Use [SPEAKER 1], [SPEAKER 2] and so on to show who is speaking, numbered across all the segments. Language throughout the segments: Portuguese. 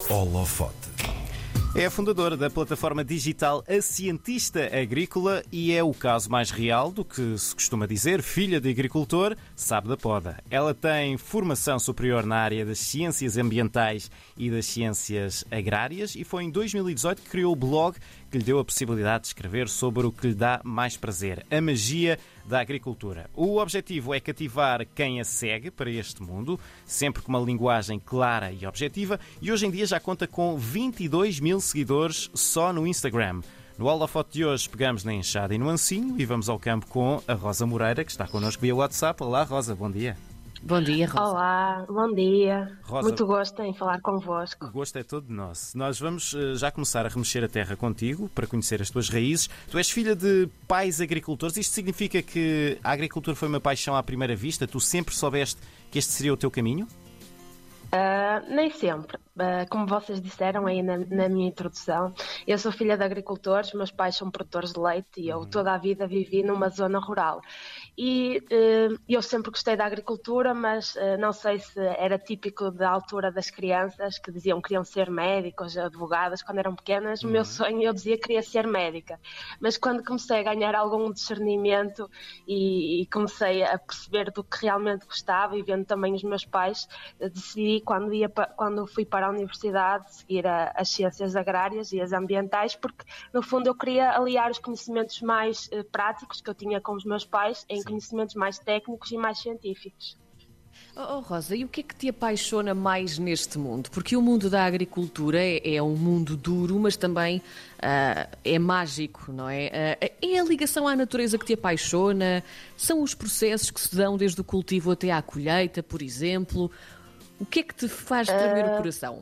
[SPEAKER 1] Holofote. É a fundadora da plataforma digital A Cientista Agrícola e é o caso mais real do que se costuma dizer, filha de agricultor, sabe da poda. Ela tem formação superior na área das ciências ambientais e das ciências agrárias e foi em 2018 que criou o blog que lhe deu a possibilidade de escrever sobre o que lhe dá mais prazer, a magia da agricultura. O objetivo é cativar quem a segue para este mundo, sempre com uma linguagem clara e objetiva, e hoje em dia já conta com 22 mil seguidores só no Instagram. No Holofote de hoje pegamos na enxada e no ancinho e vamos ao campo com a Rosa Moreira, que está connosco via WhatsApp. Olá, Rosa, bom dia.
[SPEAKER 2] Bom dia, Rosa.
[SPEAKER 3] Olá, bom dia.
[SPEAKER 1] Rosa,
[SPEAKER 3] muito gosto em falar convosco.
[SPEAKER 1] O gosto é todo nosso. Nós vamos já começar a remexer a terra contigo para conhecer as tuas raízes. Tu és filha de pais agricultores. Isto significa que a agricultura foi uma paixão à primeira vista? Tu sempre soubeste que este seria o teu caminho?
[SPEAKER 3] Nem sempre. Como vocês disseram aí na minha introdução, eu sou filha de agricultores, meus pais são produtores de leite e eu toda a vida vivi numa zona rural. E eu sempre gostei da agricultura, mas não sei se era típico da altura das crianças que diziam que queriam ser médicos, advogadas, quando eram pequenas. O meu sonho, eu dizia que queria ser médica. Mas quando comecei a ganhar algum discernimento e comecei a perceber do que realmente gostava e vendo também os meus pais, decidi quando fui para a universidade seguir as ciências agrárias e as ambientais, porque no fundo eu queria aliar os conhecimentos mais práticos que eu tinha com os meus pais em conhecimentos mais técnicos e mais científicos.
[SPEAKER 2] Rosa, e o que é que te apaixona mais neste mundo? Porque o mundo da agricultura é um mundo duro, mas também é mágico, não é? É a ligação à natureza que te apaixona? São os processos que se dão desde o cultivo até à colheita, por exemplo? O que é que te faz tremer o coração?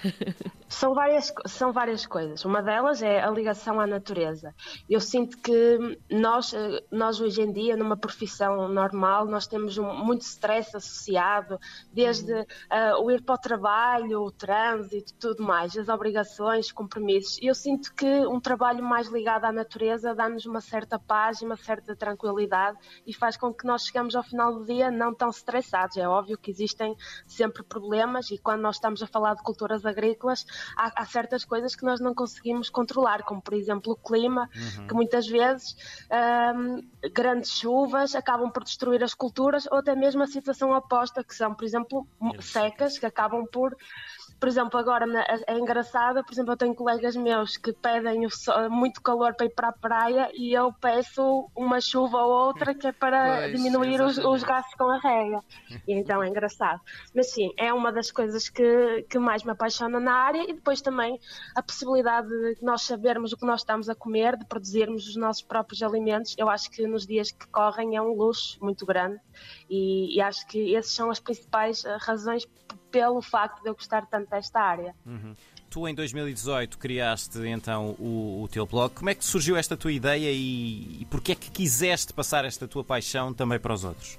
[SPEAKER 3] São várias coisas. Uma delas é a ligação à natureza. Eu sinto que nós hoje em dia, numa profissão normal, nós temos muito stress associado, desde o ir para o trabalho, o trânsito, tudo mais, as obrigações, compromissos. Eu sinto que um trabalho mais ligado à natureza dá-nos uma certa paz e uma certa tranquilidade e faz com que nós chegamos ao final do dia não tão estressados. É óbvio que existem sempre problemas e quando nós estamos a falar de culturas agrícolas, há certas coisas que nós não conseguimos controlar, como por exemplo o clima, que muitas vezes grandes chuvas acabam por destruir as culturas, ou até mesmo a situação oposta, que são, por exemplo, secas, que acabam por exemplo, agora é engraçado, por exemplo, eu tenho colegas meus que pedem muito calor para ir para a praia e eu peço uma chuva ou outra que é para diminuir os gastos com a rega. E então é engraçado. Mas sim, é uma das coisas que mais me apaixona na área e depois também a possibilidade de nós sabermos o que nós estamos a comer, de produzirmos os nossos próprios alimentos. Eu acho que nos dias que correm é um luxo muito grande e acho que essas são as principais razões pelo facto de eu gostar tanto desta área.
[SPEAKER 1] Tu em 2018 criaste então o teu blog. Como é que surgiu esta tua ideia e porquê é que quiseste passar esta tua paixão também para os outros?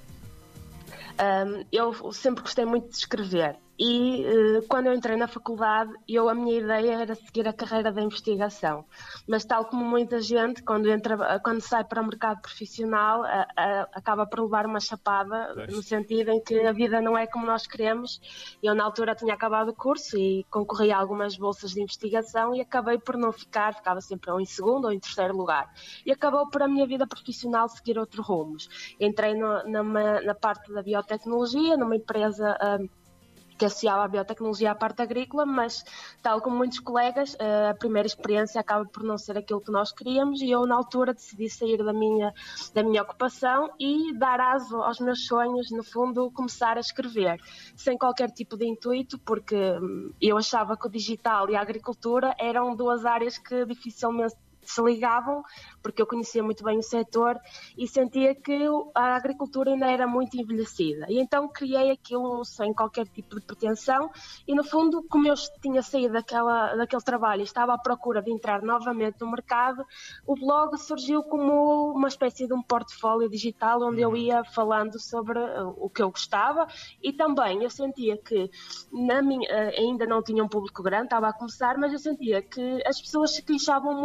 [SPEAKER 3] Eu sempre gostei muito de escrever e quando eu entrei na faculdade a minha ideia era seguir a carreira da investigação, mas tal como muita gente quando sai para o mercado profissional acaba por levar uma chapada, no sentido em que a vida não é como nós queremos. Eu na altura tinha acabado o curso e concorri a algumas bolsas de investigação e acabei por não ficava sempre ou em segundo ou em terceiro lugar e acabou por a minha vida profissional seguir outros rumos. Entrei na parte da biotecnologia, numa empresa que associava a biotecnologia à parte agrícola, mas, tal como muitos colegas, a primeira experiência acaba por não ser aquilo que nós queríamos e eu, na altura, decidi sair da minha ocupação e dar aso aos meus sonhos, no fundo, começar a escrever, sem qualquer tipo de intuito, porque eu achava que o digital e a agricultura eram duas áreas que dificilmente se ligavam, porque eu conhecia muito bem o setor e sentia que a agricultura ainda era muito envelhecida. E então criei aquilo sem qualquer tipo de pretensão e, no fundo, como eu tinha saído daquele trabalho e estava à procura de entrar novamente no mercado, o blog surgiu como uma espécie de um portfólio digital onde eu ia falando sobre o que eu gostava e também eu sentia que ainda não tinha um público grande, estava a começar, mas eu sentia que as pessoas se queixavam muito que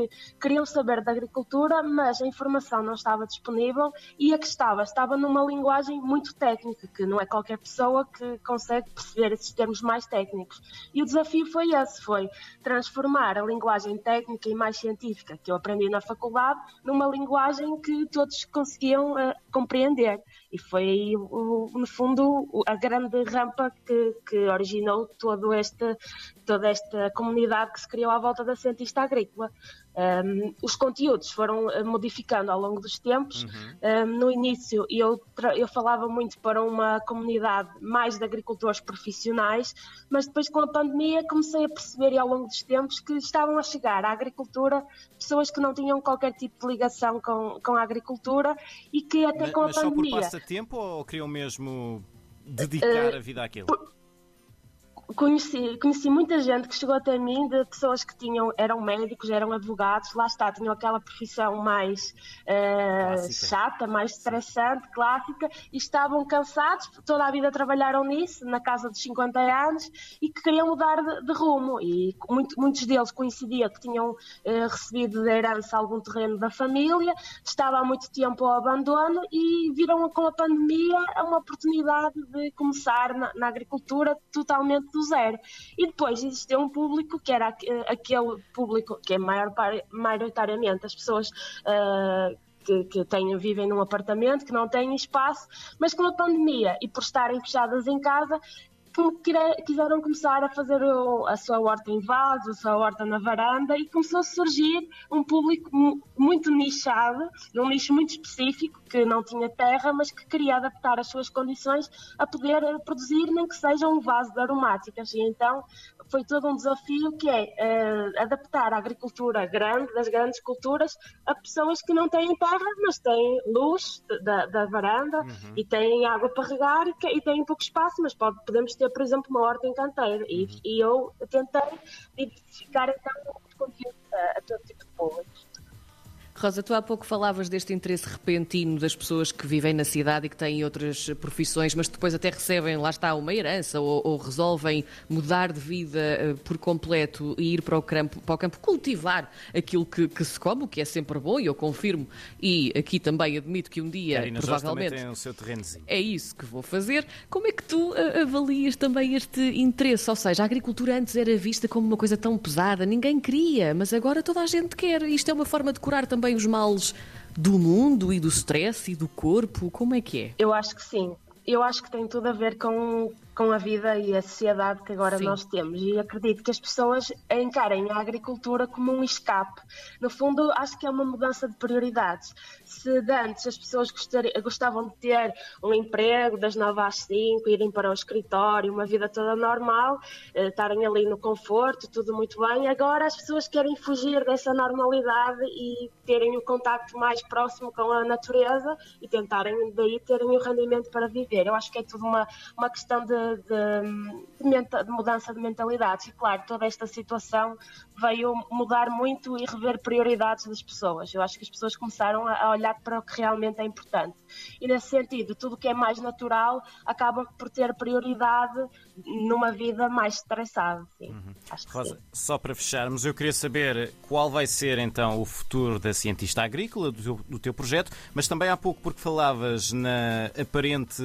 [SPEAKER 3] que queriam saber da agricultura, mas a informação não estava disponível e a que estava numa linguagem muito técnica, que não é qualquer pessoa que consegue perceber esses termos mais técnicos. E o desafio foi esse, foi transformar a linguagem técnica e mais científica que eu aprendi na faculdade numa linguagem que todos conseguiam compreender. E foi aí, no fundo, a grande rampa que originou toda esta comunidade que se criou à volta da cientista agrícola. Os conteúdos foram modificando ao longo dos tempos. No início eu falava muito para uma comunidade mais de agricultores profissionais, mas depois com a pandemia comecei a perceber ao longo dos tempos que estavam a chegar à agricultura pessoas que não tinham qualquer tipo de ligação com a agricultura e que até com a pandemia...
[SPEAKER 1] Mas só por passatempo ou queriam mesmo dedicar a vida àquilo?
[SPEAKER 3] Conheci muita gente que chegou até mim, de pessoas que eram médicos, eram advogados, lá está, tinham aquela profissão mais chata, mais estressante, clássica, e estavam cansados, toda a vida trabalharam nisso, na casa dos 50 anos, e que queriam mudar de rumo. E muitos deles coincidia que tinham recebido de herança algum terreno da família, estava há muito tempo ao abandono e viram com a pandemia uma oportunidade de começar na agricultura totalmente do zero. E depois existia um público que era aquele público que é maioritariamente as pessoas que vivem num apartamento, que não têm espaço, mas com a pandemia e por estarem fechadas em casa, quiseram começar a fazer a sua horta em vasos, a sua horta na varanda, e começou a surgir um público muito nichado, num nicho muito específico, que não tinha terra, mas que queria adaptar as suas condições a poder produzir, nem que seja um vaso de aromáticas. E então foi todo um desafio que é adaptar a agricultura das grandes culturas, a pessoas que não têm terra, mas têm luz da varanda e têm água para regar e têm pouco espaço, mas podemos ter, por exemplo, uma horta em canteiro. E eu tentei diversificar então os conteúdos a todo tipo de públicos.
[SPEAKER 2] Rosa, tu há pouco falavas deste interesse repentino das pessoas que vivem na cidade e que têm outras profissões, mas depois até recebem, lá está, uma herança ou resolvem mudar de vida por completo e ir para o campo provar aquilo que se come, o que é sempre bom, e eu confirmo, e aqui também admito que um dia, provavelmente,
[SPEAKER 1] tem o seu terrenozinho.
[SPEAKER 2] É isso que vou fazer. Como é que tu avalias também este interesse? Ou seja, a agricultura antes era vista como uma coisa tão pesada, ninguém queria, mas agora toda a gente quer. Isto é uma forma de curar também os males do mundo e do stress e do corpo? Como é que é?
[SPEAKER 3] Eu acho que sim. Eu acho que tem tudo a ver com a vida e a sociedade que agora nós temos, e acredito que as pessoas encarem a agricultura como um escape. No fundo, acho que é uma mudança de prioridades. Se de antes as pessoas gostavam de ter um emprego das 9 às 5, irem para o escritório, uma vida toda normal, estarem ali no conforto, tudo muito bem, agora as pessoas querem fugir dessa normalidade e terem o contacto mais próximo com a natureza e tentarem daí terem o rendimento para viver. Eu acho que é tudo uma questão de mudança de mentalidades. E claro, toda esta situação veio mudar muito e rever prioridades das pessoas. Eu acho que as pessoas começaram a olhar para o que realmente é importante. E nesse sentido, tudo o que é mais natural acaba por ter prioridade numa vida mais estressada. Sim. Acho que
[SPEAKER 1] Rosa,
[SPEAKER 3] sim.
[SPEAKER 1] Só para fecharmos, eu queria saber qual vai ser então o futuro da cientista agrícola, do teu projeto, mas também há pouco, porque falavas na aparente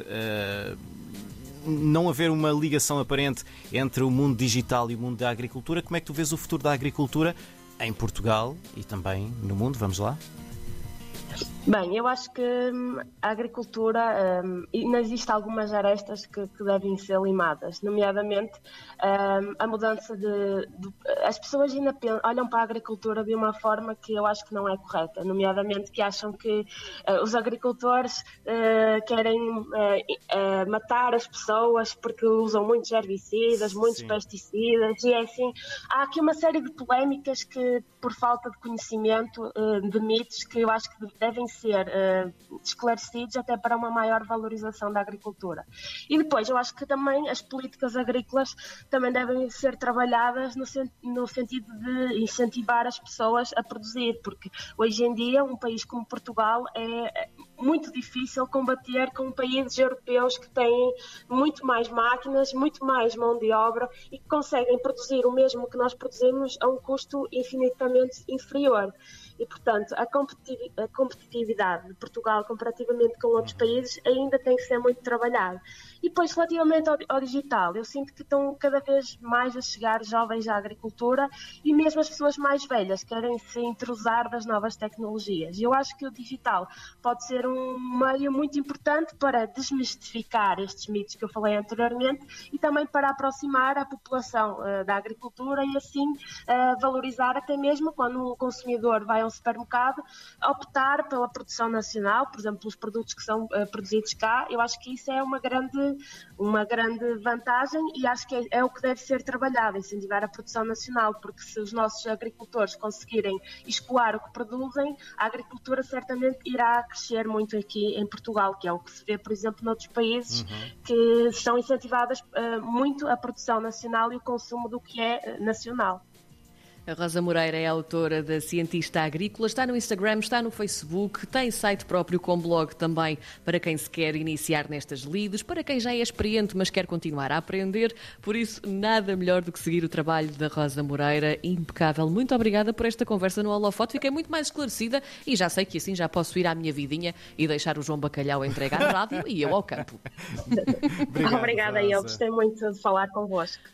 [SPEAKER 1] não haver uma ligação aparente entre o mundo digital e o mundo da agricultura. Como é que tu vês o futuro da agricultura em Portugal e também no mundo? Vamos lá?
[SPEAKER 3] Bem, eu acho que a agricultura, ainda existem algumas arestas que devem ser limadas, nomeadamente a mudança as pessoas ainda olham para a agricultura de uma forma que eu acho que não é correta, nomeadamente que acham que os agricultores querem matar as pessoas porque usam muitos herbicidas, muitos pesticidas, e é assim, há aqui uma série de polémicas que, por falta de conhecimento, de mitos, que eu acho que devem ser esclarecidos até para uma maior valorização da agricultura. E depois eu acho que também as políticas agrícolas também devem ser trabalhadas no sentido de incentivar as pessoas a produzir, porque hoje em dia um país como Portugal muito difícil combater com países europeus que têm muito mais máquinas, muito mais mão de obra e que conseguem produzir o mesmo que nós produzimos a um custo infinitamente inferior. E, portanto, a competitividade de Portugal comparativamente com outros países ainda tem que ser muito trabalhada. E depois, relativamente ao digital, eu sinto que estão cada vez mais a chegar jovens à agricultura e mesmo as pessoas mais velhas querem se entrosar das novas tecnologias. E eu acho que o digital pode ser um meio muito importante para desmistificar estes mitos que eu falei anteriormente e também para aproximar a população da agricultura e assim valorizar até mesmo quando o consumidor vai a um supermercado, optar pela produção nacional, por exemplo, os produtos que são produzidos cá. Eu acho que isso é uma grande vantagem e acho que é o que deve ser trabalhado, incentivar a produção nacional, porque se os nossos agricultores conseguirem escoar o que produzem, a agricultura certamente irá crescer muito aqui em Portugal, que é o que se vê, por exemplo, noutros países que estão incentivadas muito a produção nacional e o consumo do que é nacional.
[SPEAKER 2] A Rosa Moreira é autora da Cientista Agrícola, está no Instagram, está no Facebook, tem site próprio com blog também para quem se quer iniciar nestas lides, para quem já é experiente mas quer continuar a aprender, por isso nada melhor do que seguir o trabalho da Rosa Moreira, impecável. Muito obrigada por esta conversa no Holofote, fiquei muito mais esclarecida e já sei que assim já posso ir à minha vidinha e deixar o João Bacalhau entregar à rádio e eu ao campo.
[SPEAKER 3] Obrigada, eu gostei muito de falar convosco.